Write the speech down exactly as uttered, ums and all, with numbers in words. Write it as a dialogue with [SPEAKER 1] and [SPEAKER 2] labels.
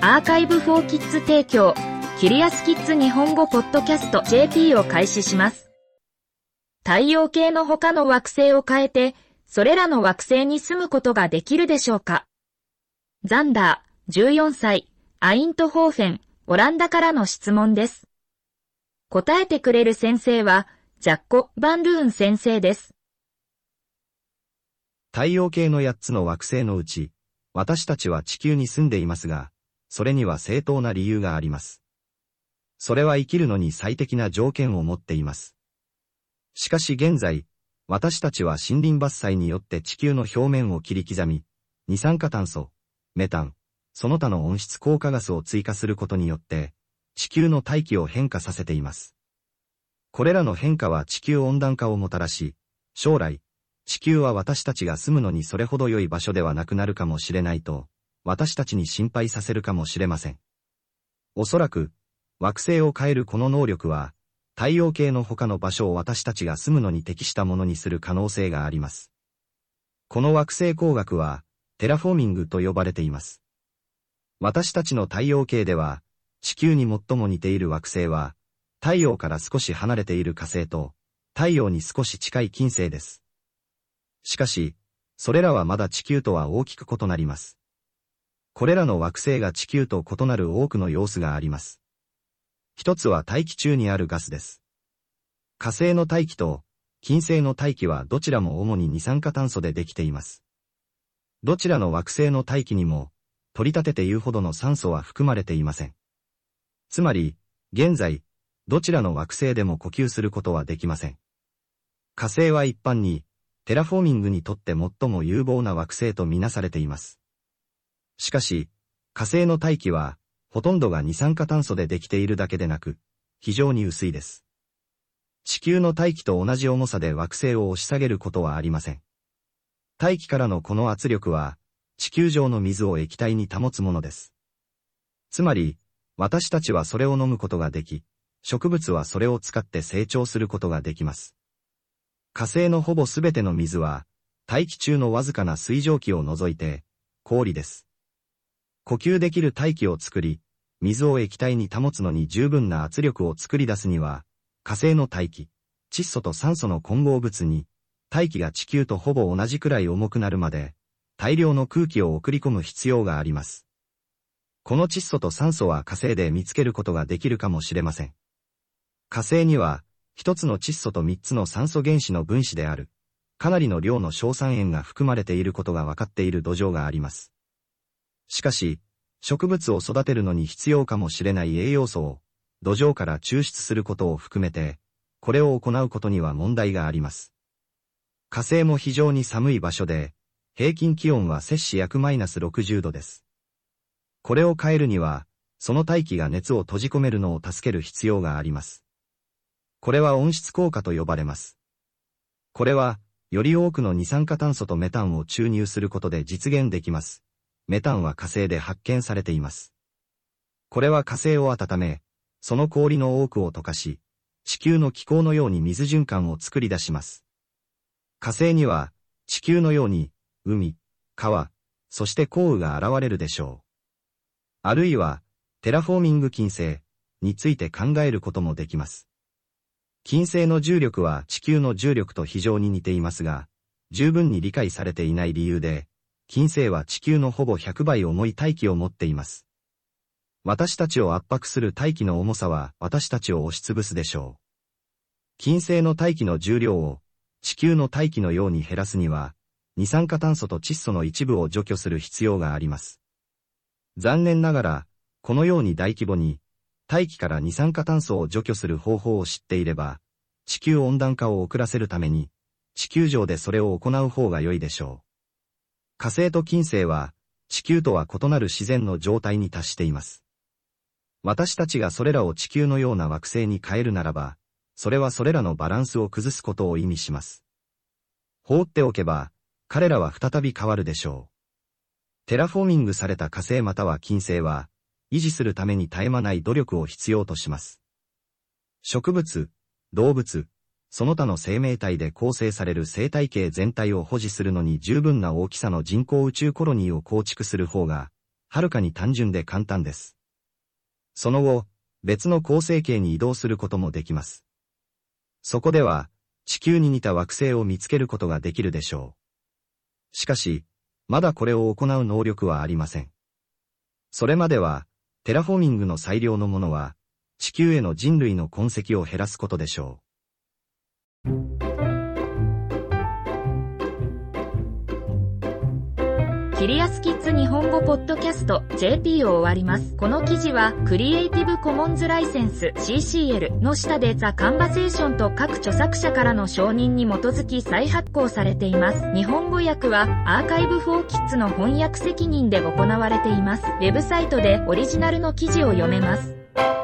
[SPEAKER 1] アーカイブフォーキッズ提供、キリアスキッズ日本語ポッドキャスト ジェーピー を開始します。太陽系の他の惑星を変えて、それらの惑星に住むことができるでしょうか？ザンダー、じゅうよんさい、アイントホーフェン、オランダからの質問です。答えてくれる先生は、ジャッコ・バンルーン先生です。
[SPEAKER 2] 太陽系のやっつの惑星のうち、私たちは地球に住んでいますが、それには正当な理由があります。それは生きるのに最適な条件を持っています。しかし現在、私たちは森林伐採によって地球の表面を切り刻み、二酸化炭素、メタン、その他の温室効果ガスを追加することによって、地球の大気を変化させています。これらの変化は地球温暖化をもたらし、将来、地球は私たちが住むのにそれほど良い場所ではなくなるかもしれないと、私たちに心配させるかもしれません。おそらく、惑星を変えるこの能力は、太陽系の他の場所を私たちが住むのに適したものにする可能性があります。この惑星工学は、テラフォーミングと呼ばれています。私たちの太陽系では、地球に最も似ている惑星は、太陽から少し離れている火星と、太陽に少し近い金星です。しかし、それらはまだ地球とは大きく異なります。これらの惑星が地球と異なる多くの要素があります。一つは大気中にあるガスです。火星の大気と金星の大気はどちらも主に二酸化炭素でできています。どちらの惑星の大気にも取り立てて言うほどの酸素は含まれていません。つまり、現在、どちらの惑星でも呼吸することはできません。火星は一般に、テラフォーミングにとって最も有望な惑星とみなされています。しかし、火星の大気は、ほとんどが二酸化炭素でできているだけでなく、非常に薄いです。地球の大気と同じ重さで惑星を押し下げることはありません。大気からのこの圧力は、地球上の水を液体に保つものです。つまり、私たちはそれを飲むことができ、植物はそれを使って成長することができます。火星のほぼすべての水は、大気中のわずかな水蒸気を除いて、氷です。呼吸できる大気を作り、水を液体に保つのに十分な圧力を作り出すには、火星の大気、窒素と酸素の混合物に、大気が地球とほぼ同じくらい重くなるまで、大量の空気を送り込む必要があります。この窒素と酸素は火星で見つけることができるかもしれません。火星には、一つの窒素と三つの酸素原子の分子である、かなりの量の硝酸塩が含まれていることが分かっている土壌があります。しかし、植物を育てるのに必要かもしれない栄養素を、土壌から抽出することを含めて、これを行うことには問題があります。火星も非常に寒い場所で、平均気温は摂氏約マイナスろくじゅうどです。これを変えるには、その大気が熱を閉じ込めるのを助ける必要があります。これは温室効果と呼ばれます。これは、より多くの二酸化炭素とメタンを注入することで実現できます。メタンは火星で発見されています。これは火星を温め、その氷の多くを溶かし、地球の気候のように水循環を作り出します。火星には、地球のように、海、川、そして降雨が現れるでしょう。あるいは、テラフォーミング金星について考えることもできます。金星の重力は地球の重力と非常に似ていますが、十分に理解されていない理由で、金星は地球のほぼひゃくばい重い大気を持っています。私たちを圧迫する大気の重さは私たちを押しつぶすでしょう。金星の大気の重量を地球の大気のように減らすには、二酸化炭素と窒素の一部を除去する必要があります。残念ながら、このように大規模に、大気から二酸化炭素を除去する方法を知っていれば、地球温暖化を遅らせるために、地球上でそれを行う方が良いでしょう。火星と金星は、地球とは異なる自然の状態に達しています。私たちがそれらを地球のような惑星に変えるならば、それはそれらのバランスを崩すことを意味します。放っておけば、彼らは再び変わるでしょう。テラフォーミングされた火星または金星は、維持するために絶え間ない努力を必要とします。植物、動物、その他の生命体で構成される生態系全体を保持するのに十分な大きさの人工宇宙コロニーを構築する方が、 はるかに単純で簡単です。その後、別の恒星系に移動することもできます。そこでは、地球に似た惑星を見つけることができるでしょう。しかし、まだこれを行う能力はありません。それまでは、テラフォーミングの最良のものは、地球への人類の痕跡を減らすことでしょう。
[SPEAKER 1] キリアスキッズ日本語ポッドキャスト ジェーピー を終わります。この記事はクリエイティブコモンズライセンス シーシーエル の下でザ・カンバセーションと各著作者からの承認に基づき再発行されています。日本語訳はアーカイブフォーキッズの翻訳責任で行われています。ウェブサイトでオリジナルの記事を読めます。